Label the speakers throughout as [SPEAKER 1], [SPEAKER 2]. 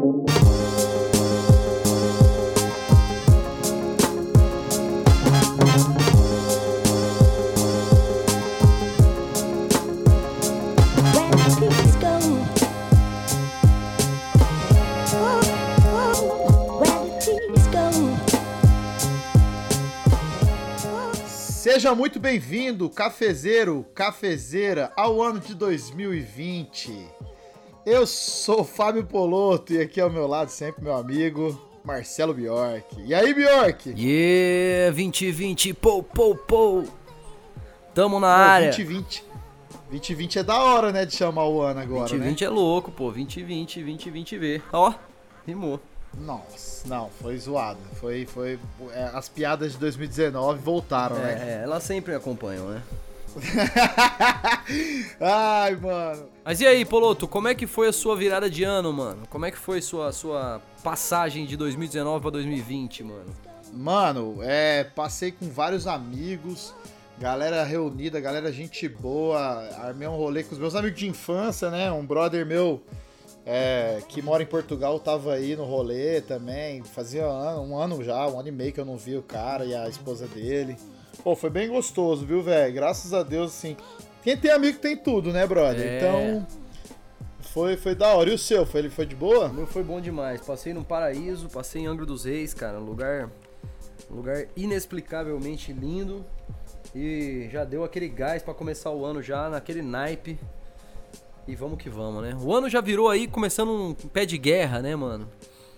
[SPEAKER 1] Seja muito bem-vindo, cafezeiro, cafezeira, ao ano de 2020. Eu sou o Fábio Polotto e aqui ao meu lado sempre meu amigo Marcelo Bjork. E aí, Bjork?
[SPEAKER 2] 2020, pou. Tamo na área.
[SPEAKER 1] 2020 é da hora, né, de chamar o ano agora,
[SPEAKER 2] 2020
[SPEAKER 1] né?
[SPEAKER 2] é louco, pô. 2020 vê. Ó, rimou.
[SPEAKER 1] Nossa, não, foi zoado. As piadas de 2019 voltaram, né?
[SPEAKER 2] Elas sempre acompanham, né?
[SPEAKER 1] Ai, mano.
[SPEAKER 2] Mas e aí, Polotto, como é que foi a sua virada de ano, mano? Como é que foi sua passagem de 2019 pra 2020, mano?
[SPEAKER 1] Mano, passei com vários amigos, galera reunida, galera gente boa, armei um rolê com os meus amigos de infância, né? Um brother meu que mora em Portugal tava aí no rolê também, fazia um ano e meio que eu não vi o cara e a esposa dele. Pô, foi bem gostoso, viu, velho? Graças a Deus, assim, quem tem amigo tem tudo, né, brother? Então, foi da hora. E o seu, ele foi de boa?
[SPEAKER 2] O meu foi bom demais, passei no Paraíso, passei em Angra dos Reis, cara, um lugar inexplicavelmente lindo e já deu aquele gás pra começar o ano já naquele naipe. E vamos que vamos, né? O ano já virou aí, começando um pé de guerra, né, mano?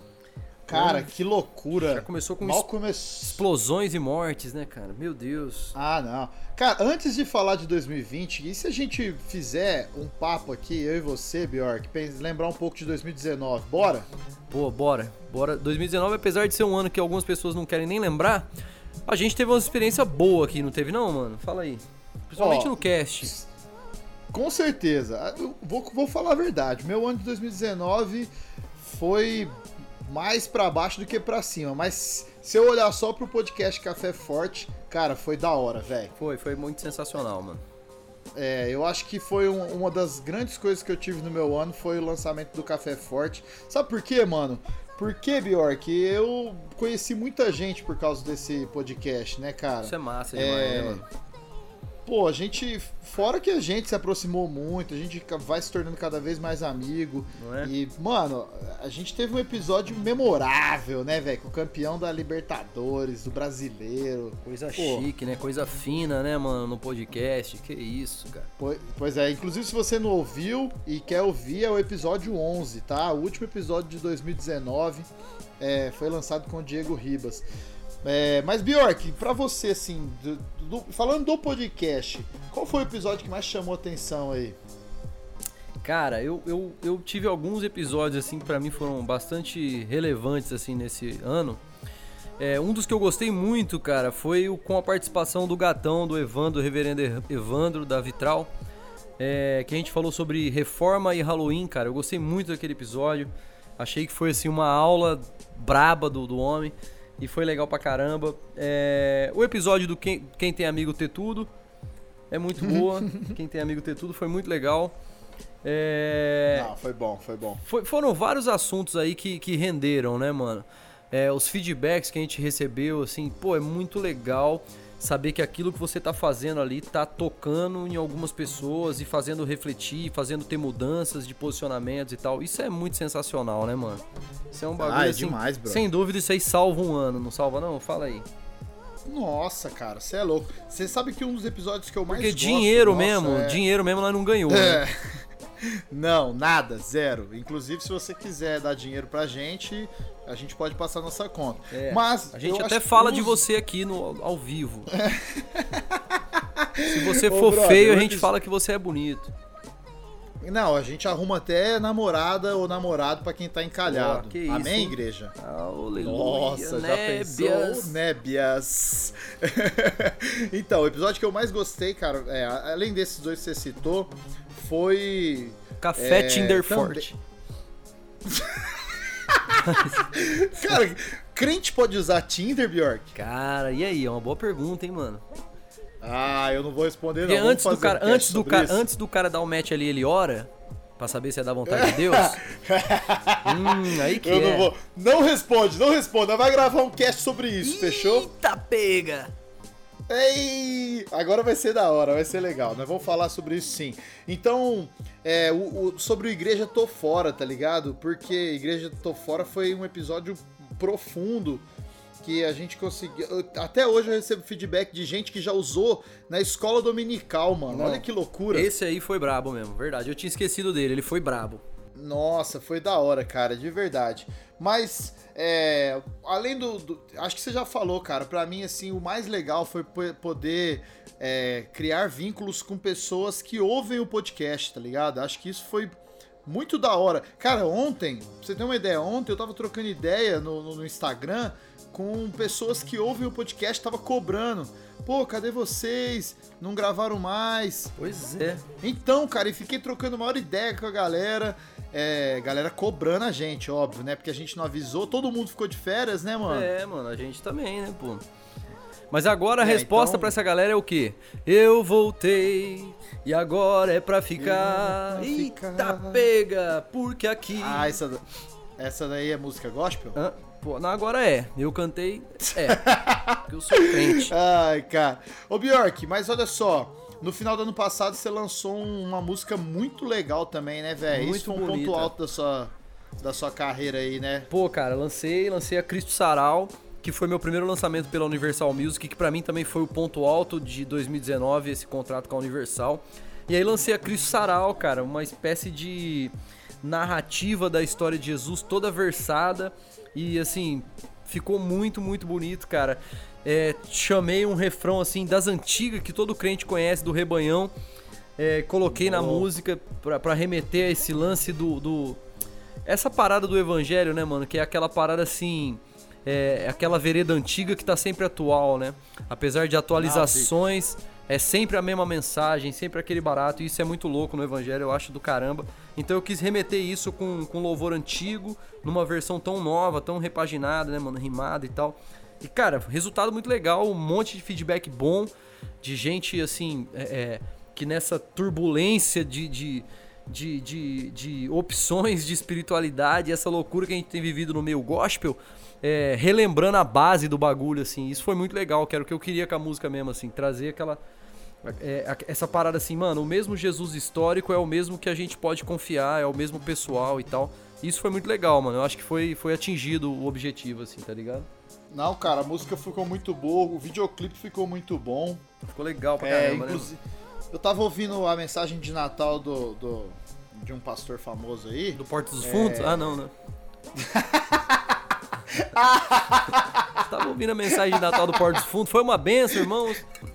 [SPEAKER 1] Cara, que loucura.
[SPEAKER 2] Já começou com explosões e mortes, né, cara? Meu Deus.
[SPEAKER 1] Ah, não. Cara, antes de falar de 2020, e se a gente fizer um papo aqui, eu e você, Bjork, lembrar um pouco de 2019, bora?
[SPEAKER 2] Pô, bora. 2019, apesar de ser um ano que algumas pessoas não querem nem lembrar, a gente teve uma experiência boa aqui, não teve não, mano? Fala aí. Principalmente no cast.
[SPEAKER 1] Com certeza. Eu vou falar a verdade. Meu ano de 2019 foi mais pra baixo do que pra cima. Mas se eu olhar só pro podcast Café Forte, cara, foi da hora, velho.
[SPEAKER 2] Foi muito sensacional, mano.
[SPEAKER 1] Eu acho que foi uma das grandes coisas que eu tive no meu ano foi o lançamento do Café Forte. Sabe por quê, mano? Porque, Bjork, eu conheci muita gente por causa desse podcast, né, cara?
[SPEAKER 2] Isso é massa demais, né, mano?
[SPEAKER 1] Pô, fora que a gente se aproximou muito, a gente vai se tornando cada vez mais amigo.
[SPEAKER 2] Não é?
[SPEAKER 1] E, mano, a gente teve um episódio memorável, né, velho? Com o campeão da Libertadores, do brasileiro.
[SPEAKER 2] Coisa chique, né? Coisa fina, né, mano, no podcast. Que isso, cara.
[SPEAKER 1] Pois é, inclusive se você não ouviu e quer ouvir, é o episódio 11, tá? O último episódio de 2019 foi lançado com o Diego Ribas. Mas, Bjork, pra você, assim, falando do podcast, qual foi o episódio que mais chamou atenção aí?
[SPEAKER 2] Cara, eu tive alguns episódios, assim, que pra mim foram bastante relevantes, assim, nesse ano. Um dos que eu gostei muito, cara, foi com a participação do gatão, do Evandro, do reverendo Evandro, da Vitral, que a gente falou sobre reforma e Halloween, cara. Eu gostei muito daquele episódio, achei que foi, assim, uma aula braba do homem. E foi legal pra caramba. O episódio do Quem Tem Amigo Ter Tudo é muito boa. Quem Tem Amigo Ter Tudo foi muito legal.
[SPEAKER 1] Não, foi bom.
[SPEAKER 2] Foram vários assuntos aí que renderam, né, mano? Os feedbacks que a gente recebeu, assim, pô, é muito legal saber que aquilo que você tá fazendo ali tá tocando em algumas pessoas e fazendo refletir, fazendo ter mudanças de posicionamentos e tal. Isso é muito sensacional, né, mano? Isso é um bagulho assim,
[SPEAKER 1] demais, bro.
[SPEAKER 2] Sem dúvida isso aí salva um ano, não salva não? Fala aí.
[SPEAKER 1] Nossa, cara, você é louco. Você sabe que um dos episódios que eu mais
[SPEAKER 2] gosto...
[SPEAKER 1] Porque
[SPEAKER 2] dinheiro mesmo nós não ganhou, né?
[SPEAKER 1] Não, nada, zero. Inclusive, se você quiser dar dinheiro pra gente, a gente pode passar nossa conta. Mas
[SPEAKER 2] a gente até fala de você aqui ao vivo. Se você for feio, a gente fala que você é bonito.
[SPEAKER 1] Não, a gente arruma até namorada ou namorado pra quem tá encalhado.
[SPEAKER 2] Que isso,
[SPEAKER 1] amém,
[SPEAKER 2] hein?
[SPEAKER 1] igreja?
[SPEAKER 2] Aleluia.
[SPEAKER 1] Nossa, já pensou? Nébias. Então, o episódio que eu mais gostei, cara, além desses dois que você citou, foi...
[SPEAKER 2] Café Tinder Forte.
[SPEAKER 1] Cara, crente pode usar Tinder, Bjork?
[SPEAKER 2] Cara, e aí? É uma boa pergunta, hein, mano?
[SPEAKER 1] Ah, eu não vou responder,
[SPEAKER 2] porque
[SPEAKER 1] não.
[SPEAKER 2] Antes do cara dar o match ali, ele ora. Pra saber se é da vontade de Deus? Aí que
[SPEAKER 1] eu não vou. Não responde. Vai gravar um cast sobre isso, fechou?
[SPEAKER 2] Eita, pega!
[SPEAKER 1] Ei! Agora vai ser da hora, vai ser legal. Nós vamos falar sobre isso sim. Então, sobre o Igreja Tô Fora, tá ligado? Porque Igreja Tô Fora foi um episódio profundo que a gente conseguiu... Até hoje eu recebo feedback de gente que já usou na escola dominical, mano. Olha que loucura.
[SPEAKER 2] Esse aí foi brabo mesmo, verdade. Eu tinha esquecido dele, ele foi brabo.
[SPEAKER 1] Nossa, foi da hora, cara, de verdade. Mas, além do... Acho que você já falou, cara. Pra mim, assim, o mais legal foi poder criar vínculos com pessoas que ouvem o podcast, tá ligado? Acho que isso foi muito da hora. Cara, ontem, pra você ter uma ideia, ontem eu tava trocando ideia no Instagram com pessoas que ouvem o podcast, tava cobrando. Pô, cadê vocês? Não gravaram mais?
[SPEAKER 2] Pois é.
[SPEAKER 1] Então, cara, e fiquei trocando uma hora ideia com a galera. Galera cobrando a gente, óbvio, né? Porque a gente não avisou, todo mundo ficou de férias, né, mano?
[SPEAKER 2] Mano, a gente também, né, pô? Mas agora a resposta pra essa galera é o quê? Eu voltei e agora é pra ficar. Eita, pega, porque aqui...
[SPEAKER 1] Ah, essa daí é música gospel?
[SPEAKER 2] Pô, não, agora eu cantei, porque eu sou crente.
[SPEAKER 1] Ai, cara. Ô, Bjork, mas olha só, no final do ano passado você lançou uma música muito legal também, né, velho? Isso foi um ponto alto da sua carreira aí, né?
[SPEAKER 2] Pô, cara, lancei a Cristo Sarau, que foi meu primeiro lançamento pela Universal Music, que pra mim também foi o ponto alto de 2019, esse contrato com a Universal. E aí lancei a Cristo Sarau, cara, uma espécie de narrativa da história de Jesus, toda versada. E assim, ficou muito, muito bonito, cara. Chamei um refrão assim das antigas que todo crente conhece, do Rebanhão. Coloquei na música pra remeter a esse lance essa parada do evangelho, né, mano? Que é aquela parada assim... aquela vereda antiga que tá sempre atual, né? Apesar de atualizações, é sempre a mesma mensagem, sempre aquele barato. E isso é muito louco no evangelho, eu acho do caramba. Então eu quis remeter isso com louvor antigo, numa versão tão nova, tão repaginada, né, mano? Rimada e tal. E, cara, resultado muito legal, um monte de feedback bom, de gente, assim, que nessa turbulência de opções de espiritualidade, essa loucura que a gente tem vivido no meio gospel, relembrando a base do bagulho, assim. Isso foi muito legal, que era o que eu queria com a música mesmo, assim, trazer essa parada assim, mano, o mesmo Jesus histórico é o mesmo que a gente pode confiar, é o mesmo pessoal e tal. Isso foi muito legal, mano. Eu acho que foi atingido o objetivo, assim, tá ligado?
[SPEAKER 1] Não, cara, a música ficou muito boa, o videoclipe ficou muito bom.
[SPEAKER 2] Ficou legal pra caramba,
[SPEAKER 1] inclusive, né? Eu tava ouvindo a mensagem de Natal de um pastor famoso aí.
[SPEAKER 2] Do Porto dos Fundos? Ah, não, né? Tava ouvindo a mensagem de Natal do Porto dos Fundos. Foi uma benção, irmãos.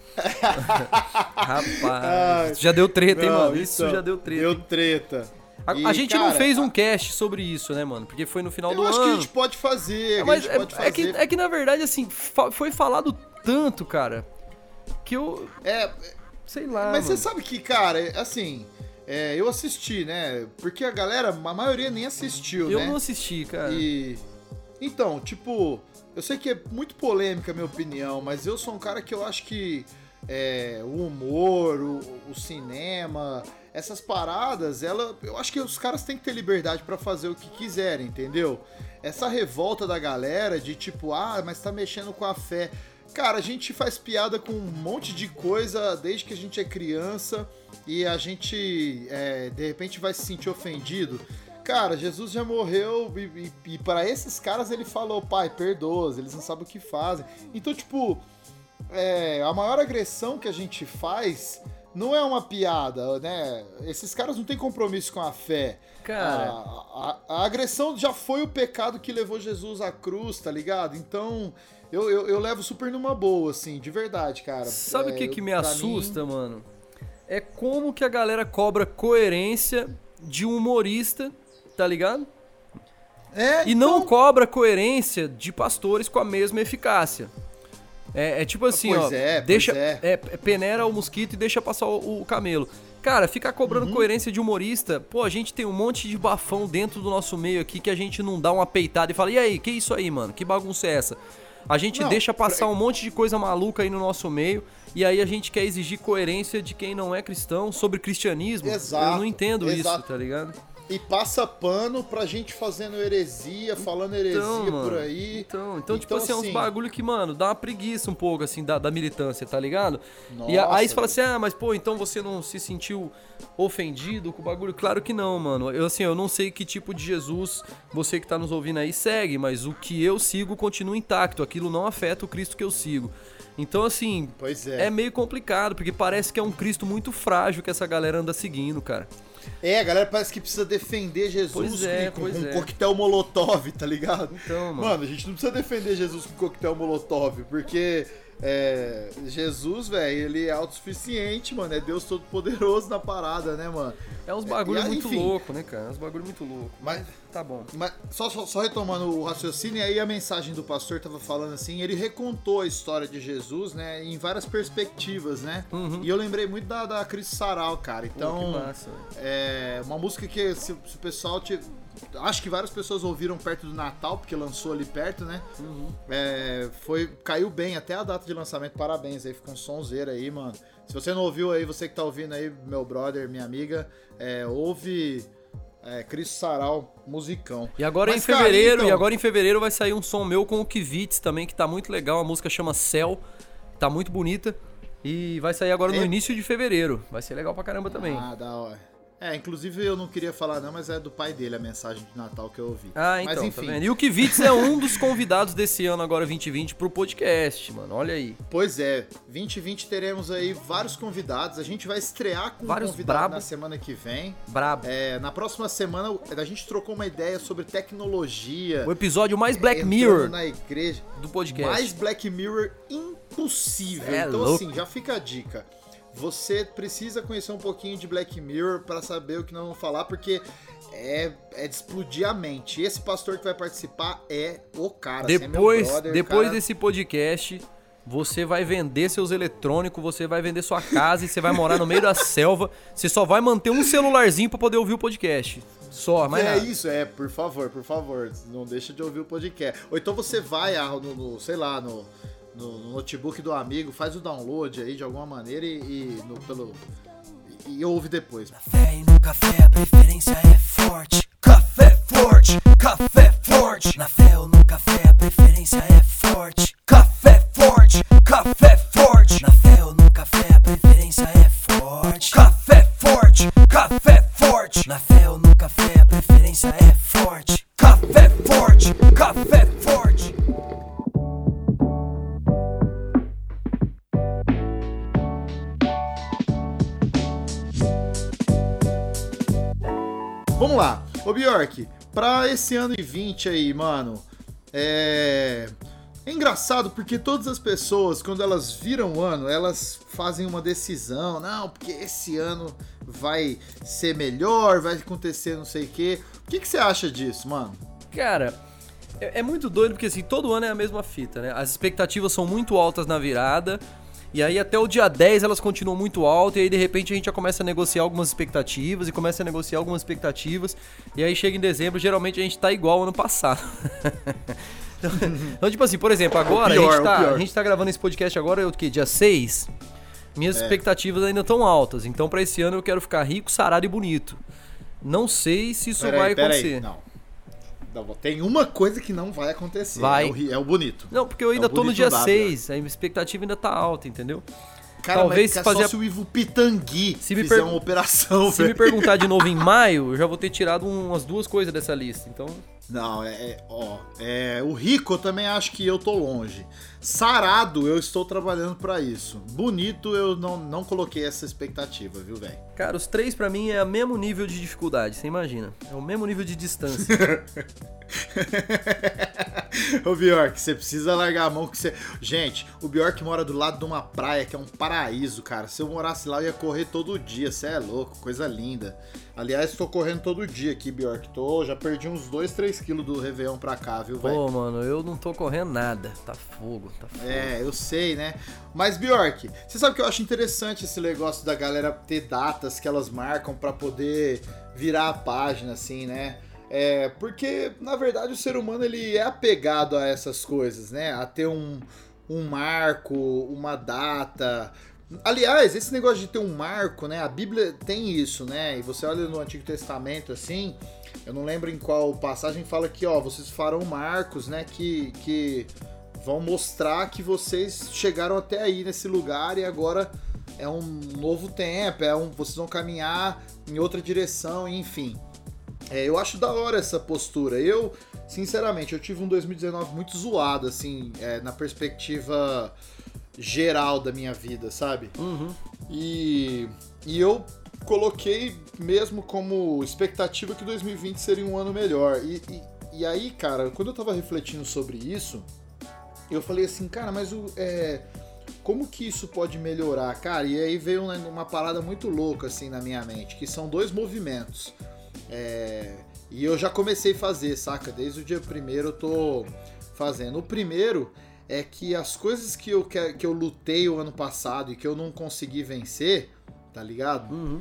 [SPEAKER 2] Rapaz, já deu treta, hein, mano? Isso já deu treta.
[SPEAKER 1] Deu treta.
[SPEAKER 2] A gente não fez um cast sobre isso, né, mano? Porque foi no final do ano.
[SPEAKER 1] Eu acho que a gente pode fazer.
[SPEAKER 2] É que na verdade, assim, foi falado tanto, cara, que eu... sei lá,
[SPEAKER 1] mas
[SPEAKER 2] mano.
[SPEAKER 1] Você sabe que, cara, assim... eu assisti, né? Porque a maioria nem assistiu, né?
[SPEAKER 2] Eu não assisti, cara.
[SPEAKER 1] Então, tipo... Eu sei que é muito polêmica a minha opinião, mas eu sou um cara que eu acho que o humor, o cinema, essas paradas, eu acho que os caras têm que ter liberdade pra fazer o que quiserem, entendeu? Essa revolta da galera de tipo, mas tá mexendo com a fé. Cara, a gente faz piada com um monte de coisa desde que a gente é criança e a gente, de repente, vai se sentir ofendido. Cara, Jesus já morreu e para esses caras ele falou, pai, perdoa, eles não sabem o que fazem. Então, tipo, a maior agressão que a gente faz não é uma piada, né? Esses caras não têm compromisso com a fé.
[SPEAKER 2] Cara...
[SPEAKER 1] A agressão já foi o pecado que levou Jesus à cruz, tá ligado? Então, eu levo super numa boa, assim, de verdade, cara.
[SPEAKER 2] Sabe o que me assusta, mano? É como que a galera cobra coerência de um humorista, tá ligado? E não cobra coerência de pastores com a mesma eficácia. Tipo assim, peneira o mosquito e deixa passar o camelo. Cara, ficar cobrando coerência de humorista, pô, a gente tem um monte de bafão dentro do nosso meio aqui que a gente não dá uma peitada e fala, e aí, que isso aí, mano? Que bagunça é essa? A gente deixa passar um monte de coisa maluca aí no nosso meio, e aí a gente quer exigir coerência de quem não é cristão sobre cristianismo.
[SPEAKER 1] Exato,
[SPEAKER 2] eu não entendo
[SPEAKER 1] exato.
[SPEAKER 2] isso, tá ligado?
[SPEAKER 1] E passa pano pra gente fazendo heresia, falando heresia por aí.
[SPEAKER 2] Então, tipo assim, é uns bagulho que, mano, dá uma preguiça um pouco, assim, da militância, tá ligado?
[SPEAKER 1] Nossa,
[SPEAKER 2] e aí você fala assim, mas pô, então você não se sentiu ofendido com o bagulho? Claro que não, mano. Eu não sei que tipo de Jesus você que tá nos ouvindo aí segue, mas o que eu sigo continua intacto. Aquilo não afeta o Cristo que eu sigo. Então, assim, é meio complicado, porque parece que é um Cristo muito frágil que essa galera anda seguindo, cara.
[SPEAKER 1] A galera parece que precisa defender Jesus com um coquetel molotov, tá ligado?
[SPEAKER 2] Então,
[SPEAKER 1] mano, a gente não precisa defender Jesus com coquetel molotov, porque Jesus, velho, ele é autossuficiente, mano, é Deus Todo-Poderoso na parada, né, mano?
[SPEAKER 2] É uns bagulho muito louco, né, cara? É uns bagulho muito louco.
[SPEAKER 1] Mas
[SPEAKER 2] tá bom.
[SPEAKER 1] Mas só retomando o raciocínio, e aí a mensagem do pastor tava falando assim, ele recontou a história de Jesus, né, em várias perspectivas, né?
[SPEAKER 2] Uhum.
[SPEAKER 1] E eu lembrei muito da Cristo Sarau, cara. Então,
[SPEAKER 2] que massa.
[SPEAKER 1] É uma música que se o pessoal acho que várias pessoas ouviram perto do Natal, porque lançou ali perto, né?
[SPEAKER 2] Uhum.
[SPEAKER 1] Caiu bem até a data de lançamento. Parabéns aí, ficou um sonzeiro aí, mano. Se você não ouviu aí, você que tá ouvindo aí, meu brother, minha amiga, ouve Cristo Sarau, musicão.
[SPEAKER 2] E agora em fevereiro vai sair um som meu com o Kivitz também, que tá muito legal. A música chama Céu, tá muito bonita. E vai sair agora no início de fevereiro. Vai ser legal pra caramba também.
[SPEAKER 1] Ah, da hora. Inclusive eu não queria falar não, mas é do pai dele a mensagem de Natal que eu ouvi.
[SPEAKER 2] Ah, então, mas, enfim. Tá vendo? E o Kivitz é um dos convidados desse ano agora, 2020, pro podcast, mano. Olha aí.
[SPEAKER 1] Pois é, 2020 teremos aí vários convidados. A gente vai estrear com um convidado na semana que vem.
[SPEAKER 2] Brabo.
[SPEAKER 1] Na próxima semana a gente trocou uma ideia sobre tecnologia.
[SPEAKER 2] O episódio mais Black Mirror
[SPEAKER 1] na igreja
[SPEAKER 2] do podcast.
[SPEAKER 1] Mais Black Mirror impossível. Então
[SPEAKER 2] louco.
[SPEAKER 1] Assim, já fica a dica. Você precisa conhecer um pouquinho de Black Mirror para saber o que nós vamos falar, porque é de explodir a mente. E esse pastor que vai participar é o cara.
[SPEAKER 2] Depois desse podcast, você vai vender seus eletrônicos, você vai vender sua casa e você vai morar no meio da selva. Você só vai manter um celularzinho para poder ouvir o podcast. Só, mais nada.
[SPEAKER 1] Isso, por favor. Não deixa de ouvir o podcast. Ou então você vai no notebook do amigo, faz o download aí de alguma maneira e ouve depois.
[SPEAKER 3] Café e no café a preferência é forte. Café forte, café forte. Na fé ou no café a preferência é forte. Café forte, café forte. Na fé ou no café a preferência é forte. Café forte, café forte. Na fé ou no café a preferência é forte. Café forte, café forte.
[SPEAKER 1] Vamos lá, ô Bjork, pra esse ano de 20 aí, mano, é engraçado porque todas as pessoas, quando elas viram o ano, elas fazem uma decisão, não, porque esse ano vai ser melhor, vai acontecer não sei o quê. O que você acha disso, mano?
[SPEAKER 2] Cara, é muito doido porque assim, todo ano é a mesma fita, né? As expectativas são muito altas na virada. E aí até o dia 10 elas continuam muito altas, e aí de repente a gente já começa a negociar algumas expectativas, e aí chega em dezembro, geralmente a gente tá igual ao ano passado. Então, tipo assim, por exemplo, agora a gente tá gravando esse podcast agora, dia 6? Minhas expectativas ainda estão altas, então pra esse ano eu quero ficar rico, sarado e bonito. Não sei se isso vai acontecer.
[SPEAKER 1] Não, tem uma coisa que não vai acontecer. É o bonito.
[SPEAKER 2] Não, porque eu ainda tô no dia 6. A expectativa ainda tá alta, entendeu?
[SPEAKER 1] Cara, talvez mas só se o Ivo Pitangui fizer uma operação,
[SPEAKER 2] Se me perguntar de novo em maio, eu já vou ter tirado umas 2 coisas dessa lista, então...
[SPEAKER 1] Não, o rico eu também acho que eu tô longe. Sarado, eu estou trabalhando pra isso. Bonito, eu não coloquei essa expectativa, viu, velho?
[SPEAKER 2] Cara, os 3 pra mim é o mesmo nível de dificuldade, você imagina. É o mesmo nível de distância.
[SPEAKER 1] Ô Bjork, você precisa largar a mão que você... Gente, o Bjork mora do lado de uma praia que é um paraíso, cara. Se eu morasse lá, eu ia correr todo dia. Você é louco, coisa linda. Aliás, tô correndo todo dia aqui, Bjork. Já perdi uns 2-3 quilos do Réveillon pra cá, viu, velho?
[SPEAKER 2] Pô, mano, eu não tô correndo nada. Tá fogo.
[SPEAKER 1] Eu sei, né? Mas, Bjork, você sabe que eu acho interessante esse negócio da galera ter datas que elas marcam pra poder virar a página, assim, né? Porque, na verdade, o ser humano ele é apegado a essas coisas, né? A ter um marco, uma data. Aliás, esse negócio de ter um marco, né? A Bíblia tem isso, né? E você olha no Antigo Testamento, assim, eu não lembro em qual passagem fala que, ó, vocês farão marcos, né? Que vão mostrar que vocês chegaram até aí nesse lugar e agora é um novo tempo, vocês vão caminhar em outra direção, enfim. Eu acho da hora essa postura. Eu, sinceramente, eu tive um 2019 muito zoado, assim, na perspectiva geral da minha vida, sabe?
[SPEAKER 2] Uhum.
[SPEAKER 1] E eu coloquei mesmo como expectativa que 2020 seria um ano melhor. E aí, cara, quando eu tava refletindo sobre isso, eu falei assim, cara, mas como que isso pode melhorar? Cara, e aí veio uma parada muito louca, assim, na minha mente, que são 2 movimentos. E eu já comecei a fazer, saca? Desde o dia 1º eu tô fazendo. O primeiro é que as coisas que eu lutei o ano passado e que eu não consegui vencer, tá ligado?
[SPEAKER 2] Uhum.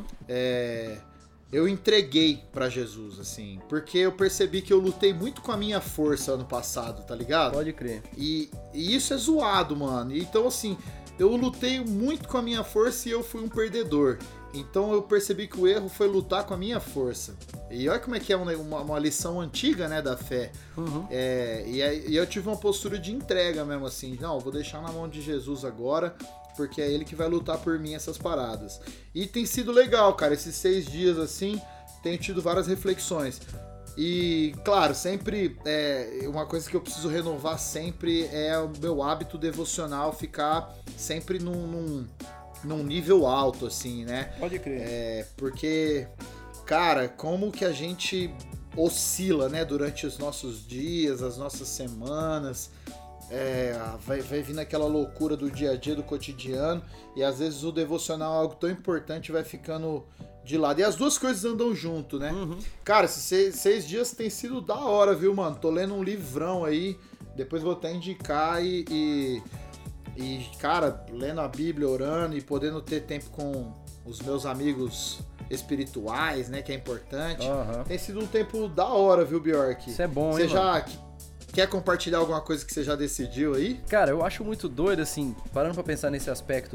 [SPEAKER 1] Eu entreguei pra Jesus, assim. Porque eu percebi que eu lutei muito com a minha força ano passado, tá ligado?
[SPEAKER 2] Pode crer.
[SPEAKER 1] E isso é zoado, mano. Então, assim, eu lutei muito com a minha força e eu fui um perdedor. Então eu percebi que o erro foi lutar com a minha força. E olha como é que é uma lição antiga, né, da fé.
[SPEAKER 2] Uhum.
[SPEAKER 1] E eu tive uma postura de entrega mesmo, assim. Não, vou deixar na mão de Jesus agora, porque é ele que vai lutar por mim essas paradas. E tem sido legal, cara. Esses 6 dias, assim, tenho tido várias reflexões. E, claro, sempre uma coisa que eu preciso renovar sempre é o meu hábito devocional, ficar sempre num nível alto, assim, né?
[SPEAKER 2] Pode crer.
[SPEAKER 1] Porque, cara, como que a gente oscila, né, durante os nossos dias, as nossas semanas, vai vindo aquela loucura do dia a dia, do cotidiano, e às vezes o devocional, algo tão importante, vai ficando de lado. E as duas coisas andam junto, né?
[SPEAKER 2] Uhum.
[SPEAKER 1] Cara, esses 6 dias tem sido da hora, viu, mano? Tô lendo um livrão aí, depois vou até indicar e, cara, lendo a Bíblia, orando e podendo ter tempo com os meus amigos espirituais, né, que é importante.
[SPEAKER 2] Uhum.
[SPEAKER 1] Tem sido um tempo da hora, viu, Bjork?
[SPEAKER 2] Isso é bom,
[SPEAKER 1] Você
[SPEAKER 2] hein,
[SPEAKER 1] já
[SPEAKER 2] mano?
[SPEAKER 1] quer compartilhar alguma coisa que você já decidiu aí?
[SPEAKER 2] Cara, eu acho muito doido, assim, parando pra pensar nesse aspecto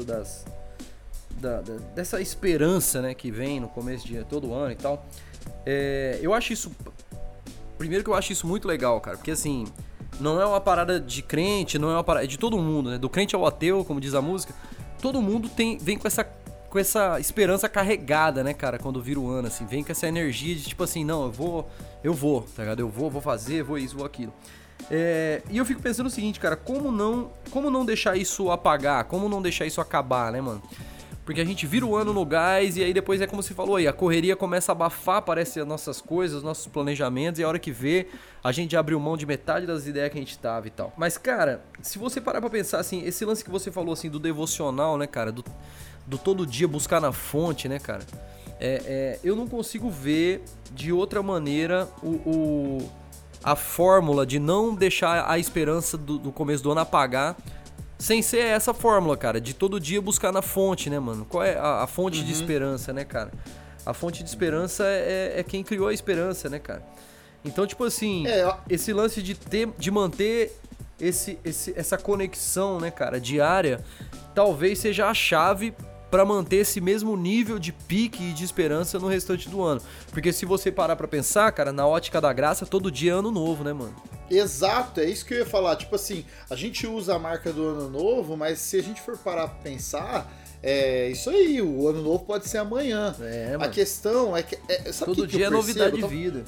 [SPEAKER 2] dessa esperança, né, que vem no começo de todo ano e tal. Eu acho isso... Primeiro que eu acho isso muito legal, cara, porque assim... Não é uma parada de crente, não é uma parada... É de todo mundo, né? Do crente ao ateu, como diz a música. Todo mundo vem com essa esperança carregada, né, cara? Quando vira o ano, assim. Vem com essa energia de, tipo assim, não, eu vou, tá ligado? Eu vou fazer, vou isso, vou aquilo. E eu fico pensando o seguinte, cara. Como não deixar isso apagar? Como não deixar isso acabar, né, mano? Porque a gente vira o ano no gás e aí depois é como você falou aí, a correria começa a abafar, parece, as nossas coisas, os nossos planejamentos, e a hora que vê, a gente abriu mão de metade das ideias que a gente tava e tal. Mas, cara, se você parar pra pensar, assim, esse lance que você falou, assim, do devocional, né, cara, do todo dia buscar na fonte, né, cara, eu não consigo ver de outra maneira a fórmula de não deixar a esperança do começo do ano apagar, sem ser essa fórmula, cara, de todo dia buscar na fonte, né, mano? Qual é a fonte de esperança, né, cara? A fonte de esperança é quem criou a esperança, né, cara? Então, tipo assim, esse lance de manter essa conexão, né, cara, diária, talvez seja a chave pra manter esse mesmo nível de pique e de esperança no restante do ano. Porque se você parar pra pensar, cara, na ótica da graça, todo dia é ano novo, né, mano?
[SPEAKER 1] Exato, é isso que eu ia falar. Tipo assim, a gente usa a marca do ano novo, mas se a gente for parar pra pensar, isso aí, o ano novo pode ser amanhã.
[SPEAKER 2] Mano.
[SPEAKER 1] A questão é que... sabe
[SPEAKER 2] todo dia é novidade de vida.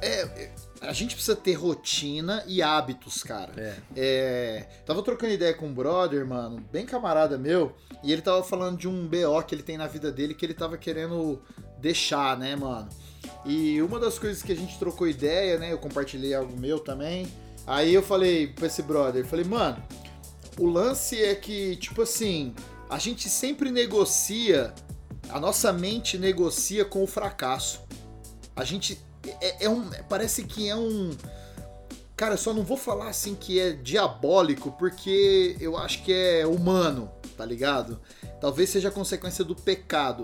[SPEAKER 1] A gente precisa ter rotina e hábitos, cara. Tava trocando ideia com um brother, mano, bem camarada meu, e ele tava falando de um BO que ele tem na vida dele que ele tava querendo deixar, né, mano? E uma das coisas que a gente trocou ideia, né, eu compartilhei algo meu também, aí eu falei pra esse brother, mano, o lance é que, tipo assim, a gente sempre negocia, a nossa mente negocia com o fracasso. A gente... parece que é um... Cara, eu só não vou falar assim que é diabólico, porque eu acho que é humano, tá ligado? Talvez seja consequência do pecado.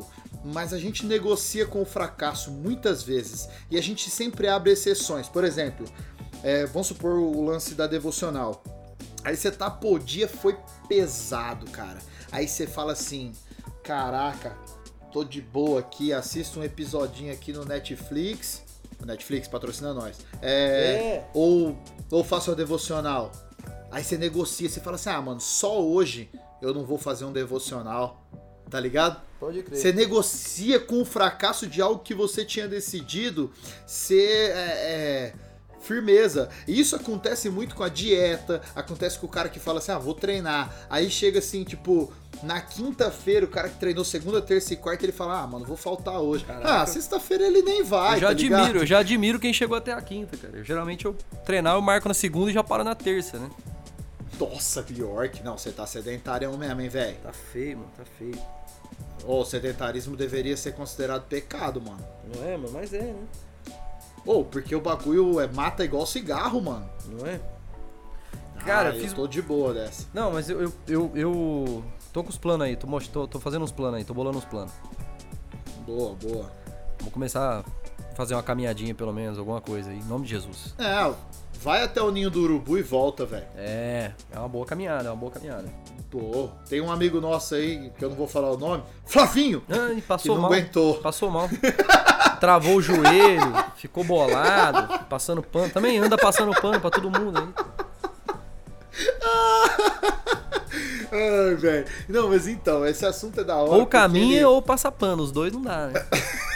[SPEAKER 1] mas a gente negocia com o fracasso muitas vezes e a gente sempre abre exceções. Por exemplo, vamos supor o lance da devocional. Aí você tá, pô, o dia foi pesado, cara. Aí você fala assim, caraca, tô de boa aqui, assisto um episodinho aqui no Netflix. O Netflix patrocina nós. Ou faço a devocional. Aí você negocia, você fala assim, mano, só hoje eu não vou fazer um devocional. Tá ligado?
[SPEAKER 2] Pode crer.
[SPEAKER 1] Você negocia com o fracasso de algo que você tinha decidido ser firmeza. E isso acontece muito com a dieta, acontece com o cara que fala assim, vou treinar. Aí chega assim, tipo, na quinta-feira, o cara que treinou segunda, terça e quarta, ele fala, mano, vou faltar hoje.
[SPEAKER 2] Caraca.
[SPEAKER 1] Sexta-feira ele nem vai,
[SPEAKER 2] Eu já admiro quem chegou até a quinta, cara. Geralmente eu treinar, eu marco na segunda e já paro na terça, né?
[SPEAKER 1] Nossa, pior que não, você tá sedentário mesmo, hein, velho?
[SPEAKER 2] Tá feio, mano, tá feio.
[SPEAKER 1] O sedentarismo deveria ser considerado pecado, mano.
[SPEAKER 2] Não é, mano? Mas é, né?
[SPEAKER 1] Porque o bagulho mata igual cigarro, mano.
[SPEAKER 2] Não é? Cara,
[SPEAKER 1] eu tô de boa dessa.
[SPEAKER 2] Não, mas eu tô com os planos aí, tô fazendo uns planos aí, tô bolando uns planos.
[SPEAKER 1] Boa.
[SPEAKER 2] Vamos começar a fazer uma caminhadinha pelo menos, alguma coisa aí, em nome de Jesus.
[SPEAKER 1] Vai até o Ninho do Urubu e volta, velho.
[SPEAKER 2] É uma boa caminhada,
[SPEAKER 1] Pô, tem um amigo nosso aí, que eu não vou falar o nome, Flavinho,
[SPEAKER 2] passou
[SPEAKER 1] que não
[SPEAKER 2] mal,
[SPEAKER 1] aguentou.
[SPEAKER 2] Passou mal. Travou o joelho, ficou bolado, passando pano. Também anda passando pano pra todo mundo aí.
[SPEAKER 1] Ai, velho. Não, mas então, esse assunto é da hora.
[SPEAKER 2] Ou caminha ou passa pano, os dois não dá, né?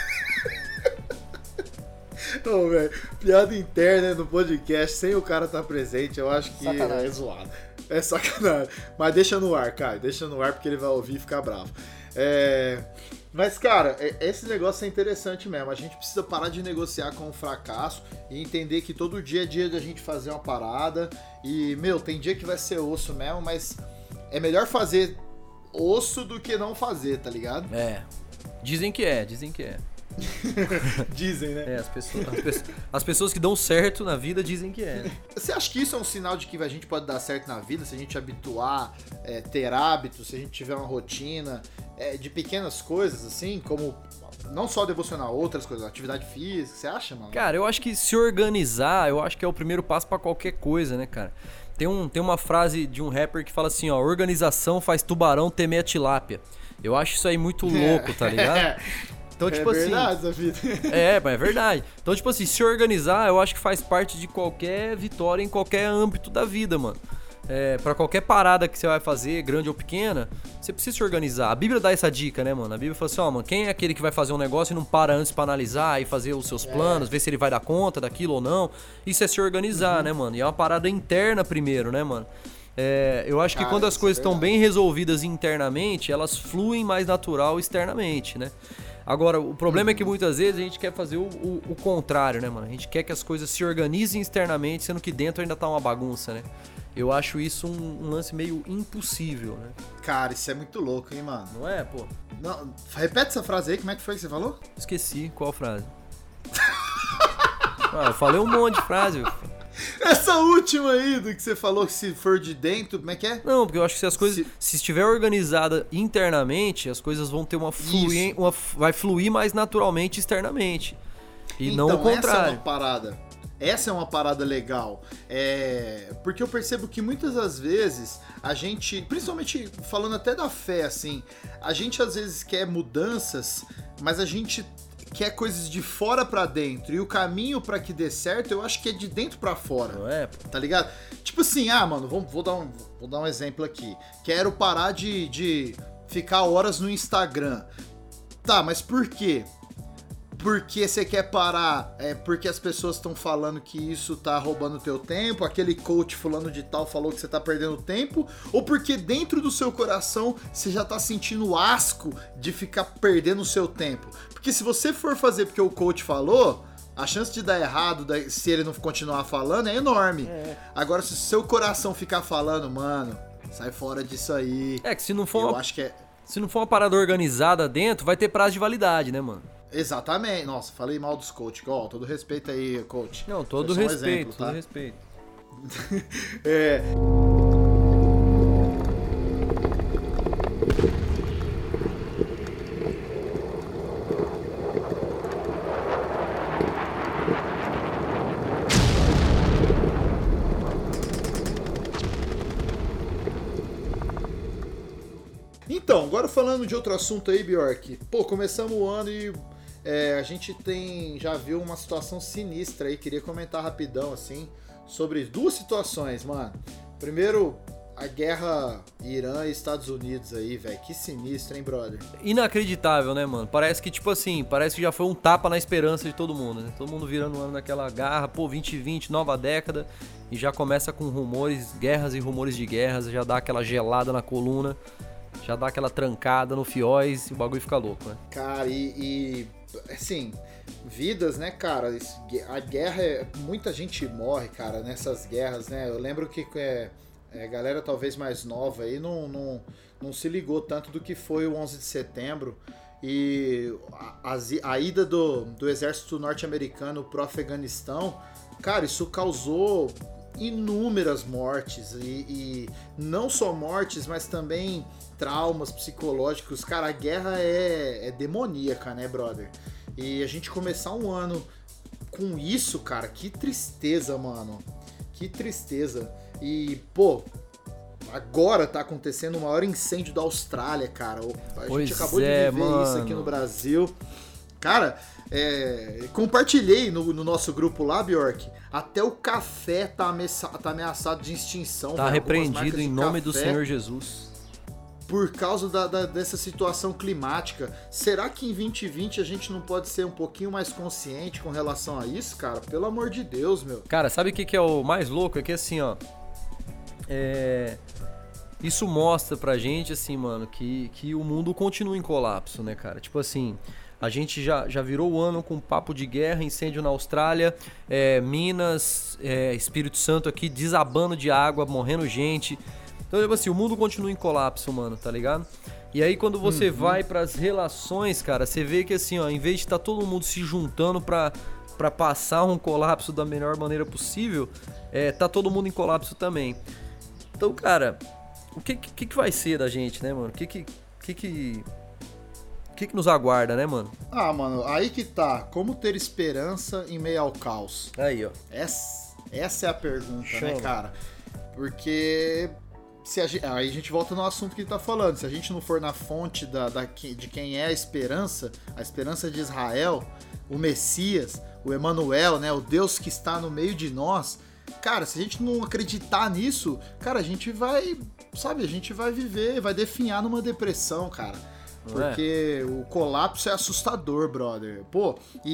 [SPEAKER 1] Ô, velho, piada interna no podcast sem o cara estar presente, eu acho que
[SPEAKER 2] sacanagem.
[SPEAKER 1] É zoado. É sacanagem. Mas deixa no ar, Caio. Deixa no ar porque ele vai ouvir e ficar bravo. Mas, cara, esse negócio é interessante mesmo. A gente precisa parar de negociar com o fracasso e entender que todo dia é dia da gente fazer uma parada. E, tem dia que vai ser osso mesmo, mas é melhor fazer osso do que não fazer, tá ligado?
[SPEAKER 2] Dizem que é.
[SPEAKER 1] Dizem, né?
[SPEAKER 2] As pessoas que dão certo na vida dizem que é.
[SPEAKER 1] Você acha que isso é um sinal de que a gente pode dar certo na vida? Se a gente habituar, ter hábitos, se a gente tiver uma rotina de pequenas coisas, assim, como não só devocional, outras coisas, atividade física, você acha, mano?
[SPEAKER 2] Cara, eu acho que se organizar, eu acho que é o primeiro passo pra qualquer coisa, né, cara? Tem uma frase de um rapper que fala assim, ó, organização faz tubarão temer a tilápia. Eu acho isso aí muito louco, tá ligado? Então, tipo assim.
[SPEAKER 1] É verdade, vida.
[SPEAKER 2] Mas é verdade. Então, tipo assim, se organizar, eu acho que faz parte de qualquer vitória em qualquer âmbito da vida, mano. Pra qualquer parada que você vai fazer, grande ou pequena, você precisa se organizar. A Bíblia dá essa dica, né, mano? A Bíblia fala assim, mano, quem é aquele que vai fazer um negócio e não para antes pra analisar e fazer os seus planos, ver se ele vai dar conta daquilo ou não? Isso é se organizar, né, mano? E é uma parada interna primeiro, né, mano? Eu acho que quando as coisas estão bem resolvidas internamente, elas fluem mais natural externamente, né? Agora, o problema é que muitas vezes a gente quer fazer o contrário, né, mano? A gente quer que as coisas se organizem externamente, sendo que dentro ainda tá uma bagunça, né? Eu acho isso um lance meio impossível, né?
[SPEAKER 1] Cara, isso é muito louco, hein, mano?
[SPEAKER 2] Não é, pô?
[SPEAKER 1] Não, repete essa frase aí, como é que foi que você falou?
[SPEAKER 2] Esqueci, qual frase? Eu falei um monte de frase.
[SPEAKER 1] Essa última aí do que você falou, que se for de dentro, como é que é?
[SPEAKER 2] Não, porque eu acho que se as coisas... Se estiver organizada internamente, as coisas vão ter vai fluir mais naturalmente externamente. E
[SPEAKER 1] então,
[SPEAKER 2] não o contrário.
[SPEAKER 1] Essa é uma parada legal. Porque eu percebo que muitas das vezes a gente, principalmente falando até da fé, assim, a gente às vezes quer mudanças, mas a gente quer coisas de fora pra dentro. E o caminho pra que dê certo, eu acho que é de dentro pra fora.
[SPEAKER 2] Não é?
[SPEAKER 1] Tá ligado? Tipo assim, mano, vou dar um exemplo aqui. Quero parar de ficar horas no Instagram. Tá, mas por quê? Porque você quer parar, porque as pessoas estão falando que isso tá roubando o teu tempo, aquele coach fulano de tal falou que você tá perdendo tempo, ou porque dentro do seu coração você já tá sentindo asco de ficar perdendo o seu tempo. Porque se você for fazer porque o coach falou, a chance de dar errado, se ele não continuar falando, é enorme. Agora, se o seu coração ficar falando, mano, sai fora disso aí.
[SPEAKER 2] Que se não for
[SPEAKER 1] acho que
[SPEAKER 2] se não for uma parada organizada dentro, vai ter prazo de validade, né, mano?
[SPEAKER 1] Exatamente. Nossa, falei mal dos coach. Todo respeito aí, coach.
[SPEAKER 2] Não, todo respeito, todo respeito.
[SPEAKER 1] falando de outro assunto aí, Bjork. Pô, começamos o ano e a gente já viu uma situação sinistra aí. Queria comentar rapidão, assim, sobre duas situações, mano. Primeiro, a guerra Irã e Estados Unidos aí, velho. Que sinistro, hein, brother?
[SPEAKER 2] Inacreditável, né, mano? Parece que, tipo assim, parece que já foi um tapa na esperança de todo mundo, né? Todo mundo virando um ano naquela garra, pô, 2020, nova década, e já começa com rumores, guerras e rumores de guerras, já dá aquela gelada na coluna, já dá aquela trancada no fióis e o bagulho fica louco, né?
[SPEAKER 1] Cara, assim, vidas, né, cara? A guerra, muita gente morre, cara, nessas guerras, né? Eu lembro que a galera talvez mais nova aí não se ligou tanto do que foi o 11 de setembro e a ida do exército norte-americano pro Afeganistão. Cara, isso causou inúmeras mortes e não só mortes, mas também traumas psicológicos. Cara, a guerra é demoníaca, né, brother? E a gente começar um ano com isso, cara, que tristeza, mano. Que tristeza. E, pô, agora tá acontecendo o maior incêndio da Austrália, cara. A gente acabou de viver isso aqui no Brasil. Cara, compartilhei no nosso grupo lá, Bjork. Até o café tá ameaçado de extinção.
[SPEAKER 2] Tá repreendido em nome do Senhor Jesus.
[SPEAKER 1] Por causa dessa situação climática. Será que em 2020 a gente não pode ser um pouquinho mais consciente com relação a isso, cara? Pelo amor de Deus, meu.
[SPEAKER 2] Cara, sabe o que é o mais louco? É que assim, ó... Isso mostra pra gente, assim, mano, que o mundo continua em colapso, né, cara? Tipo assim... A gente já virou o ano com papo de guerra, incêndio na Austrália, Minas, Espírito Santo aqui desabando de água, morrendo gente. Então, tipo assim, o mundo continua em colapso, mano, tá ligado? E aí quando você vai pras relações, cara, você vê que assim, ó, em vez de estar todo mundo se juntando pra passar um colapso da melhor maneira possível, tá todo mundo em colapso também. Então, cara, o que vai ser da gente, né, mano? O que nos aguarda, né, mano?
[SPEAKER 1] Ah, mano, aí que tá. Como ter esperança em meio ao caos?
[SPEAKER 2] Aí, ó.
[SPEAKER 1] Essa é a pergunta,
[SPEAKER 2] Chama.
[SPEAKER 1] né, cara? Porque... aí a gente volta no assunto que ele tá falando. Se a gente não for na fonte de quem é a esperança de Israel, o Messias, o Emanuel, né, o Deus que está no meio de nós, cara, se a gente não acreditar nisso, cara, a gente vai viver, vai definhar numa depressão, cara. Porque o colapso é assustador, brother. Pô,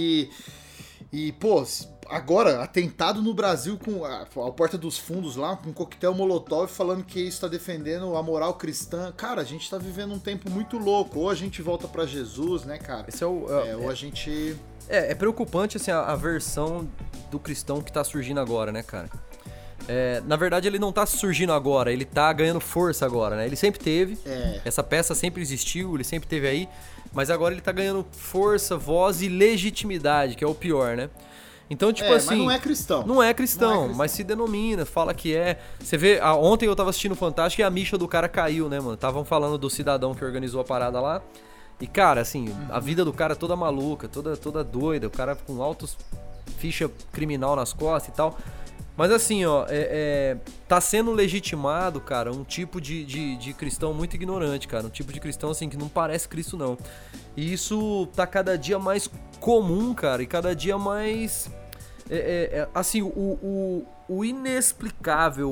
[SPEAKER 1] agora, atentado no Brasil com a porta dos fundos lá, com um coquetel Molotov falando que isso tá defendendo a moral cristã. Cara, a gente tá vivendo um tempo muito louco. Ou a gente volta pra Jesus, né, cara?
[SPEAKER 2] Esse
[SPEAKER 1] ou a gente...
[SPEAKER 2] É preocupante, assim, a versão do cristão que tá surgindo agora, né, cara? Na verdade, ele não tá surgindo agora, ele tá ganhando força agora, né? Ele sempre teve, essa peça sempre existiu, ele sempre teve aí, mas agora ele tá ganhando força, voz e legitimidade, que é o pior, né? Então, tipo assim...
[SPEAKER 1] Mas não é cristão.
[SPEAKER 2] Não é cristão, mas se denomina, fala que é. Você vê, ontem eu tava assistindo o Fantástico e a micha do cara caiu, né, mano? Estavam falando do cidadão que organizou a parada lá. E, cara, assim, a vida do cara toda maluca, toda doida, o cara com altos ficha criminal nas costas e tal. Mas assim, ó, tá sendo legitimado, cara, um tipo de cristão muito ignorante, cara. Um tipo de cristão, assim, que não parece Cristo, não. E isso tá cada dia mais comum, cara, e cada dia mais... assim, o inexplicável,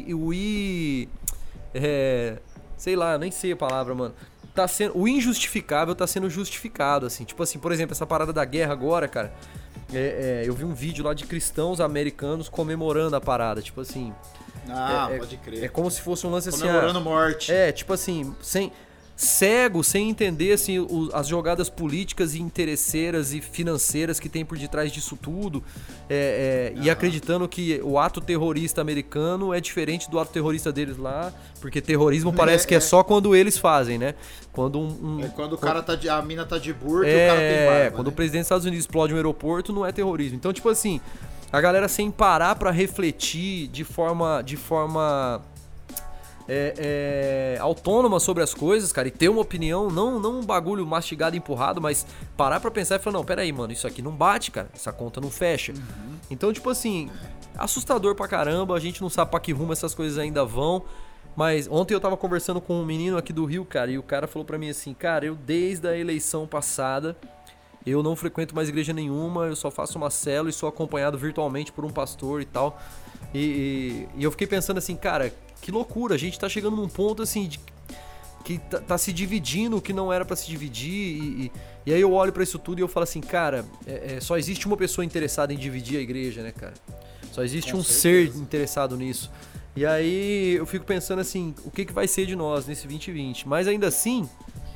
[SPEAKER 2] sei lá, nem sei a palavra, mano. O injustificável tá sendo justificado, assim. Tipo assim, por exemplo, essa parada da guerra agora, cara... eu vi um vídeo lá de cristãos americanos comemorando a parada, tipo assim...
[SPEAKER 1] pode crer.
[SPEAKER 2] É como se fosse um lance assim...
[SPEAKER 1] Comemorando morte.
[SPEAKER 2] Tipo assim, cego, sem entender assim, as jogadas políticas e interesseiras e financeiras que tem por detrás disso tudo, e acreditando que o ato terrorista americano é diferente do ato terrorista deles lá, porque terrorismo parece que é só quando eles fazem, né? Quando
[SPEAKER 1] quando o cara a mina tá de burca e o cara tem barba,
[SPEAKER 2] quando
[SPEAKER 1] né?
[SPEAKER 2] o presidente dos Estados Unidos explode um aeroporto, não é terrorismo. Então, tipo assim, a galera sem parar pra refletir de forma autônoma sobre as coisas, cara, e ter uma opinião, não um bagulho mastigado e empurrado, mas parar pra pensar e falar, não, peraí, mano, isso aqui não bate, cara, essa conta não fecha. Então, tipo assim, assustador pra caramba, a gente não sabe pra que rumo essas coisas ainda vão. Mas ontem eu tava conversando com um menino aqui do Rio, cara, e o cara falou pra mim assim, cara, eu desde a eleição passada, eu não frequento mais igreja nenhuma, eu só faço uma célula e sou acompanhado virtualmente por um pastor e tal. E eu fiquei pensando assim, cara, que loucura, a gente tá chegando num ponto assim, que tá se dividindo o que não era pra se dividir, e aí eu olho pra isso tudo e eu falo assim, cara, só existe uma pessoa interessada em dividir a igreja, né, cara? Só existe um ser interessado nisso. E aí eu fico pensando assim, o que vai ser de nós nesse 2020? Mas ainda assim,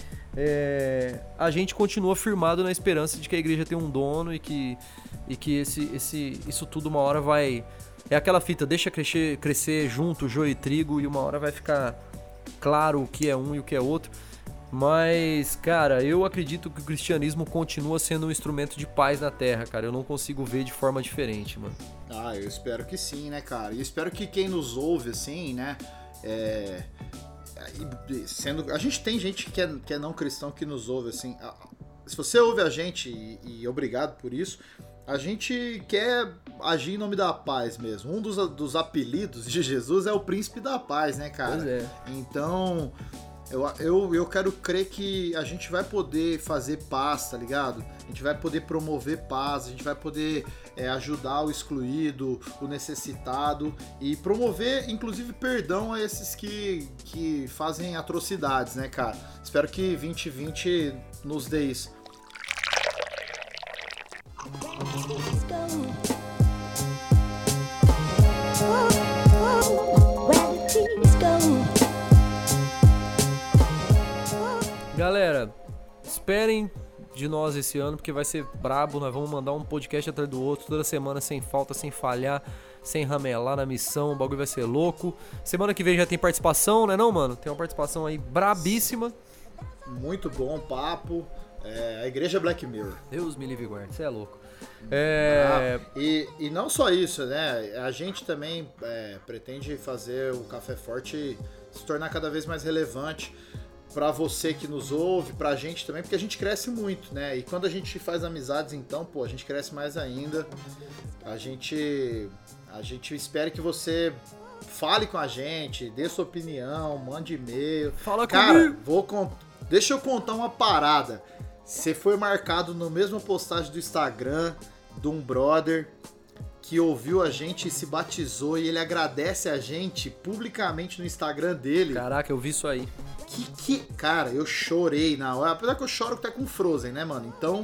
[SPEAKER 2] a gente continua firmado na esperança de que a igreja tem um dono e que isso tudo uma hora vai... É aquela fita, deixa crescer junto joio e trigo e uma hora vai ficar claro o que é um e o que é outro. Mas, cara, eu acredito que o cristianismo continua sendo um instrumento de paz na Terra, cara. Eu não consigo ver de forma diferente, mano.
[SPEAKER 1] Ah, eu espero que sim, né, cara? E espero que quem nos ouve, assim, né, a gente tem gente que é não cristão que nos ouve, assim. Se você ouve a gente, e obrigado por isso, a gente quer agir em nome da paz mesmo. Um dos apelidos de Jesus é o príncipe da paz, né, cara?
[SPEAKER 2] Pois é.
[SPEAKER 1] Então... Eu quero crer que a gente vai poder fazer paz, tá ligado? A gente vai poder promover paz, a gente vai poder ajudar o excluído, o necessitado e promover, inclusive, perdão a esses que fazem atrocidades, né, cara? Espero que 2020 nos dê isso.
[SPEAKER 2] Galera, esperem de nós esse ano, porque vai ser brabo. Nós vamos mandar um podcast atrás do outro, toda semana, sem falta, sem falhar, sem ramelar na missão. O bagulho vai ser louco. Semana que vem já tem participação, né não, mano? Tem uma participação aí brabíssima.
[SPEAKER 1] Muito bom papo. A Igreja Black Mirror.
[SPEAKER 2] Deus me livre e guarde, você é louco.
[SPEAKER 1] E não só isso, né? A gente também pretende fazer o Café Forte se tornar cada vez mais relevante pra você que nos ouve, pra gente também, porque a gente cresce muito, né? E quando a gente faz amizades, então, pô, a gente cresce mais ainda. A gente espera que você fale com a gente, dê sua opinião, mande e-mail.
[SPEAKER 2] Fala
[SPEAKER 1] Cara,
[SPEAKER 2] comigo!
[SPEAKER 1] Deixa eu contar uma parada. Você foi marcado na mesma postagem do Instagram de um brother que ouviu a gente e se batizou e ele agradece a gente publicamente no Instagram dele.
[SPEAKER 2] Caraca, eu vi isso aí.
[SPEAKER 1] Cara, eu chorei na hora. Apesar que eu choro até com Frozen, né, mano? Então,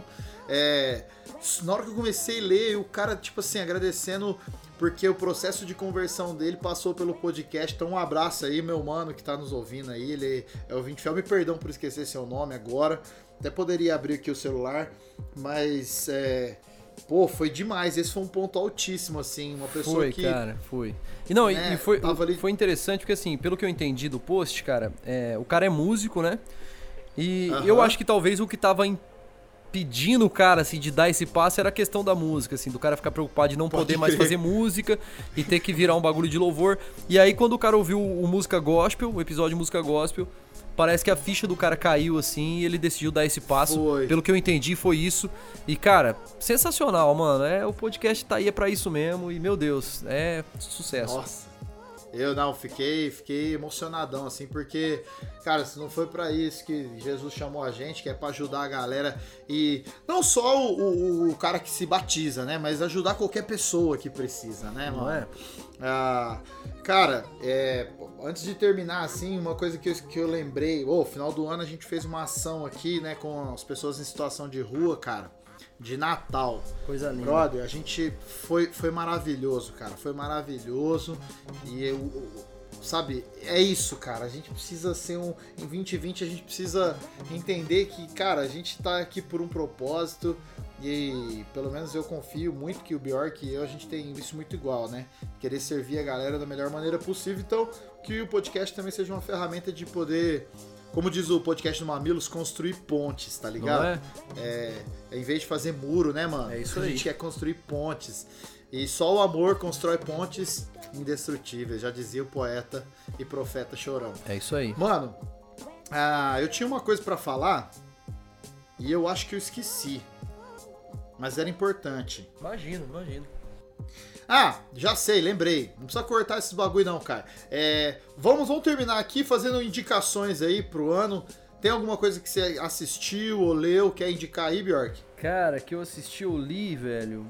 [SPEAKER 1] na hora que eu comecei a ler, o cara, tipo assim, agradecendo porque o processo de conversão dele passou pelo podcast. Então, um abraço aí, meu mano, que tá nos ouvindo aí. Ele é ouvinte fiel. Me perdão por esquecer seu nome agora. Até poderia abrir aqui o celular, mas... Pô, foi demais. Esse foi um ponto altíssimo, assim. Uma pessoa que...
[SPEAKER 2] Foi. E não,
[SPEAKER 1] né,
[SPEAKER 2] foi interessante porque, assim, pelo que eu entendi do post, cara, o cara é músico, né? E eu acho que talvez o que tava impedindo o cara, assim, de dar esse passo era a questão da música, assim, do cara ficar preocupado de não poder mais fazer música e ter que virar um bagulho de louvor. E aí, quando o cara ouviu o Música Gospel, o episódio Música Gospel, parece que a ficha do cara caiu, assim, e ele decidiu dar esse passo. Pelo que eu entendi, foi isso. E, cara, sensacional, mano. O podcast tá aí pra isso mesmo. E, meu Deus, é sucesso.
[SPEAKER 1] Nossa. Eu não, fiquei emocionadão, assim, porque, cara, se não foi pra isso que Jesus chamou a gente, que é pra ajudar a galera, e não só o cara que se batiza, né, mas ajudar qualquer pessoa que precisa, né, mano?
[SPEAKER 2] Não é?
[SPEAKER 1] Cara, antes de terminar, assim, uma coisa que eu lembrei, final do ano a gente fez uma ação aqui, né, com as pessoas em situação de rua, cara, de Natal.
[SPEAKER 2] Coisa linda.
[SPEAKER 1] Brother, a gente foi maravilhoso, cara. Foi maravilhoso. E sabe, é isso, cara. A gente precisa ser em 2020 a gente precisa entender que, cara, a gente tá aqui por um propósito. E pelo menos eu confio muito que o Bjork e eu, a gente tem isso muito igual, né? Querer servir a galera da melhor maneira possível. Então, que o podcast também seja uma ferramenta de poder, como diz o podcast do Mamilos, construir pontes, tá ligado?
[SPEAKER 2] Não é?
[SPEAKER 1] Em vez de fazer muro, né, mano?
[SPEAKER 2] É isso
[SPEAKER 1] aí. A gente quer construir pontes. E só o amor constrói pontes indestrutíveis, já dizia o poeta e profeta Chorão.
[SPEAKER 2] É isso aí.
[SPEAKER 1] Mano, eu tinha uma coisa pra falar e eu acho que eu esqueci. Mas era importante.
[SPEAKER 2] Imagino.
[SPEAKER 1] Ah, já sei, lembrei. Não precisa cortar esses bagulho não, cara. Vamos terminar aqui fazendo indicações aí pro ano. Tem alguma coisa que você assistiu ou leu, quer indicar aí, Bjork?
[SPEAKER 2] Cara, que eu assisti ou li, velho...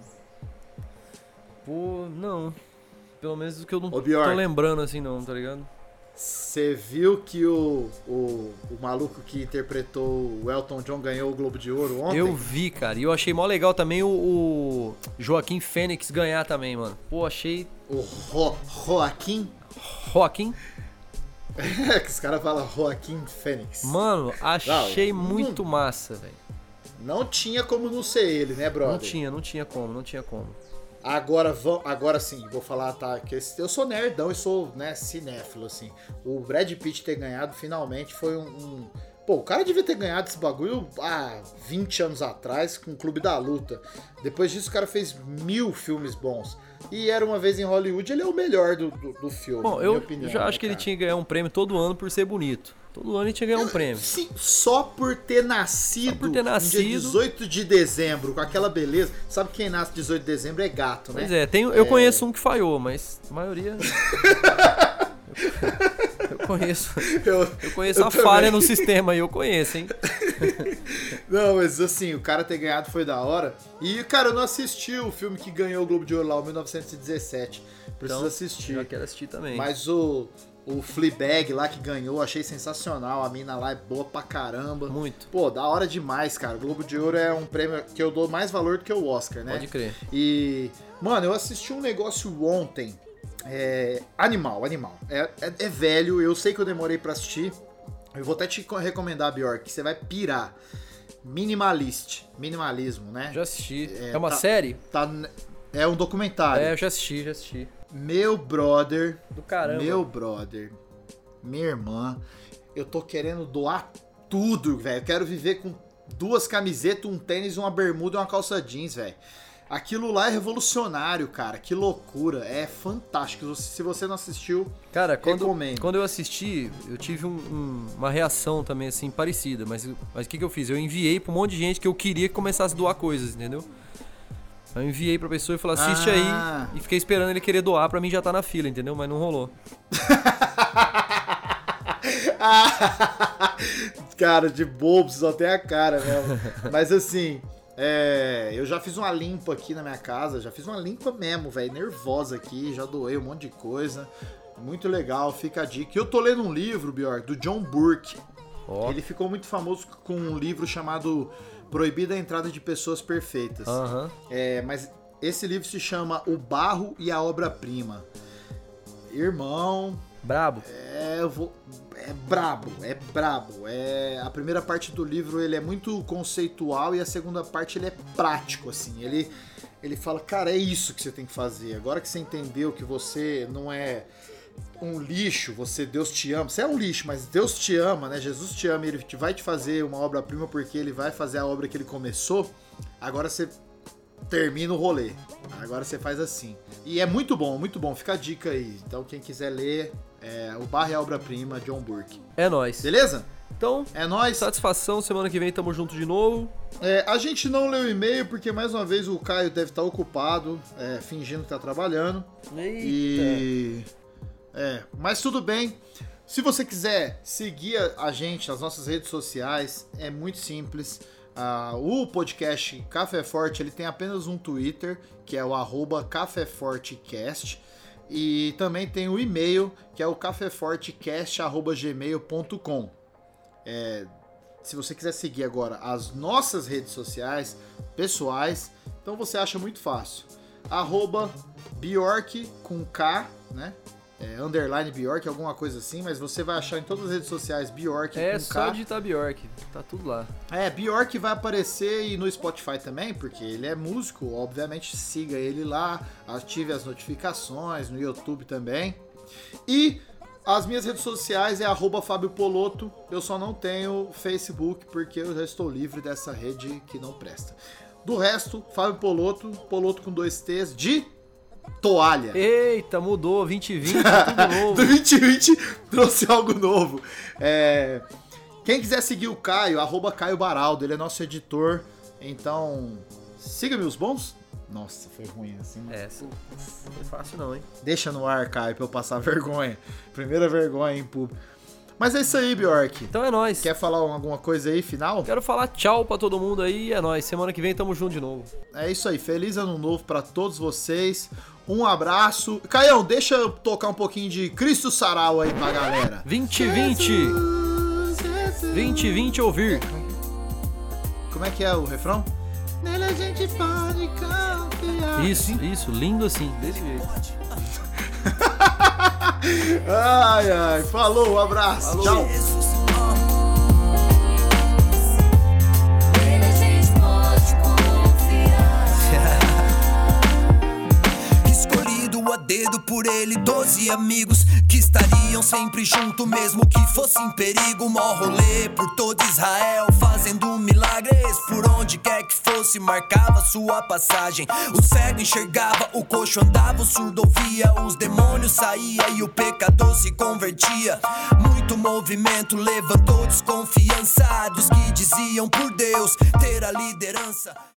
[SPEAKER 2] Pô, não. Pelo menos do que eu não tô lembrando assim não, tá ligado?
[SPEAKER 1] Você viu que o maluco que interpretou o Elton John ganhou o Globo de Ouro ontem?
[SPEAKER 2] Eu vi, cara. E eu achei mó legal também o Joaquim Fênix ganhar também, mano. Pô, achei...
[SPEAKER 1] O Joaquim?
[SPEAKER 2] Joaquim?
[SPEAKER 1] Que os caras falam Joaquim Fênix.
[SPEAKER 2] Mano, achei muito massa, velho.
[SPEAKER 1] Não tinha como não ser ele, né, brother?
[SPEAKER 2] Não tinha como.
[SPEAKER 1] Agora sim, vou falar, tá? Que eu sou nerdão e sou, né, cinéfilo, assim. O Brad Pitt ter ganhado finalmente foi Pô, o cara devia ter ganhado esse bagulho há 20 anos atrás com o Clube da Luta. Depois disso, o cara fez 1000 filmes bons. E Era Uma Vez em Hollywood, ele é o melhor do filme.
[SPEAKER 2] Bom,
[SPEAKER 1] na minha opinião,
[SPEAKER 2] eu já acho que ele tinha que ganhar um prêmio todo ano por ser bonito. Todo ano ele tinha que ganhar um prêmio.
[SPEAKER 1] Sim, só por ter nascido no dia 18 de dezembro, com aquela beleza. Sabe quem nasce 18 de dezembro é gato, né?
[SPEAKER 2] Pois é, eu conheço um que falhou, mas a maioria... Eu conheço a falha no sistema aí, eu conheço, hein?
[SPEAKER 1] Não, mas assim, o cara ter ganhado foi da hora. E, cara, eu não assisti o filme que ganhou o Globo de Ouro lá, o 1917. Preciso
[SPEAKER 2] então,
[SPEAKER 1] assistir.
[SPEAKER 2] Já quero assistir também.
[SPEAKER 1] Mas o Fleabag lá que ganhou, achei sensacional. A mina lá é boa pra caramba.
[SPEAKER 2] Muito.
[SPEAKER 1] Pô, da hora demais, cara. O Globo de Ouro é um prêmio que eu dou mais valor do que o Oscar, né?
[SPEAKER 2] Pode crer.
[SPEAKER 1] E, mano, eu assisti um negócio ontem. Animal. É velho, eu sei que eu demorei pra assistir. Eu vou até te recomendar, Bjork, que você vai pirar. Minimalismo, né?
[SPEAKER 2] Já assisti. É uma série?
[SPEAKER 1] É um documentário.
[SPEAKER 2] Eu já assisti.
[SPEAKER 1] Meu brother.
[SPEAKER 2] Do caramba.
[SPEAKER 1] Meu brother. Minha irmã. Eu tô querendo doar tudo, velho. Eu quero viver com 2 camisetas, um tênis, uma bermuda e uma calça jeans, velho. Aquilo lá é revolucionário, cara. Que loucura. É fantástico. Se você não assistiu,
[SPEAKER 2] cara,
[SPEAKER 1] recomendo.
[SPEAKER 2] Quando eu assisti, eu tive uma reação também, assim, parecida. Mas o que eu fiz? Eu enviei pra um monte de gente que eu queria que começasse a doar coisas, entendeu? Eu enviei pra pessoa e falei, assiste aí. E fiquei esperando ele querer doar pra mim já tá na fila, entendeu? Mas não rolou.
[SPEAKER 1] Cara, de bobo, só tem a cara mesmo. Mas assim... eu já fiz uma limpa aqui na minha casa, já fiz uma limpa mesmo, velho, nervosa aqui, já doei um monte de coisa, muito legal, fica a dica. Eu tô lendo um livro, Bjork, do John Burke. Ele ficou muito famoso com um livro chamado Proibida a Entrada de Pessoas Perfeitas. Mas esse livro se chama O Barro e a Obra-Prima. Irmão...
[SPEAKER 2] Brabo?
[SPEAKER 1] É brabo. A primeira parte do livro ele é muito conceitual e a segunda parte ele é prático, assim. Ele fala, cara, é isso que você tem que fazer. Agora que você entendeu que você não é um lixo, Deus te ama. Você é um lixo, mas Deus te ama, né? Jesus te ama e ele vai te fazer uma obra-prima porque ele vai fazer a obra que ele começou. Agora você termina o rolê. Agora você faz assim. E é muito bom. Fica a dica aí. Então quem quiser ler, O Barro e a Obra-Prima, John Burke.
[SPEAKER 2] É nóis.
[SPEAKER 1] Beleza?
[SPEAKER 2] Então,
[SPEAKER 1] é nóis.
[SPEAKER 2] Satisfação, semana que vem tamo junto de novo.
[SPEAKER 1] A gente não leu o e-mail porque mais uma vez o Caio deve estar ocupado, fingindo que tá trabalhando.
[SPEAKER 2] Eita.
[SPEAKER 1] Mas tudo bem. Se você quiser seguir a gente nas nossas redes sociais, é muito simples. O podcast Café Forte ele tem apenas um Twitter, que é o @cafefortecast, e também tem o e-mail, que é o cafefortecast@gmail.com. Se você quiser seguir agora as nossas redes sociais pessoais, então você acha muito fácil. @Bjork com K, né? Underline Bjork, alguma coisa assim, mas você vai achar em todas as redes sociais Bjork com K.
[SPEAKER 2] É só digitar Bjork, tá tudo lá.
[SPEAKER 1] Bjork vai aparecer e no Spotify também, porque ele é músico, obviamente siga ele lá, ative as notificações, no YouTube também. E as minhas redes sociais é @Fábio Poloto, eu só não tenho Facebook porque eu já estou livre dessa rede que não presta. Do resto, Fábio Poloto, Poloto com 2 T's de... toalha.
[SPEAKER 2] Eita, mudou, 2020, tudo novo.
[SPEAKER 1] Do 2020 trouxe algo novo. Quem quiser seguir o Caio, @Caio Baraldo, ele é nosso editor. Então, siga meus bons. Nossa, foi ruim assim.
[SPEAKER 2] Essa não foi fácil não, hein?
[SPEAKER 1] Deixa no ar, Caio, pra eu passar vergonha. Primeira vergonha em público. Mas é isso aí, Bjork.
[SPEAKER 2] Então é nóis.
[SPEAKER 1] Quer falar alguma coisa aí, final?
[SPEAKER 2] Quero falar tchau pra todo mundo aí, é nóis. Semana que vem tamo junto de novo.
[SPEAKER 1] É isso aí, feliz ano novo pra todos vocês. Um abraço. Caião, deixa eu tocar um pouquinho de Cristo Sarau aí pra galera.
[SPEAKER 2] 2020. 2020 ouvir.
[SPEAKER 1] Como é que é o refrão? Nele a gente pode confiar.
[SPEAKER 2] Isso, lindo assim, desse jeito.
[SPEAKER 1] Ai, falou, um abraço.
[SPEAKER 2] Falou.
[SPEAKER 1] Tchau.
[SPEAKER 3] Nele a gente pode confiar. Escolhido a dedo por ele, 12 amigos que estariam sempre junto, mesmo que fosse em perigo. Mó rolê por todo Israel, fazendo milagres por onde quer que fosse, marcava sua passagem. O cego enxergava, o coxo andava, o surdo ouvia, os demônios saía e o pecador se convertia. Muito movimento levantou desconfiança dos que diziam por Deus ter a liderança.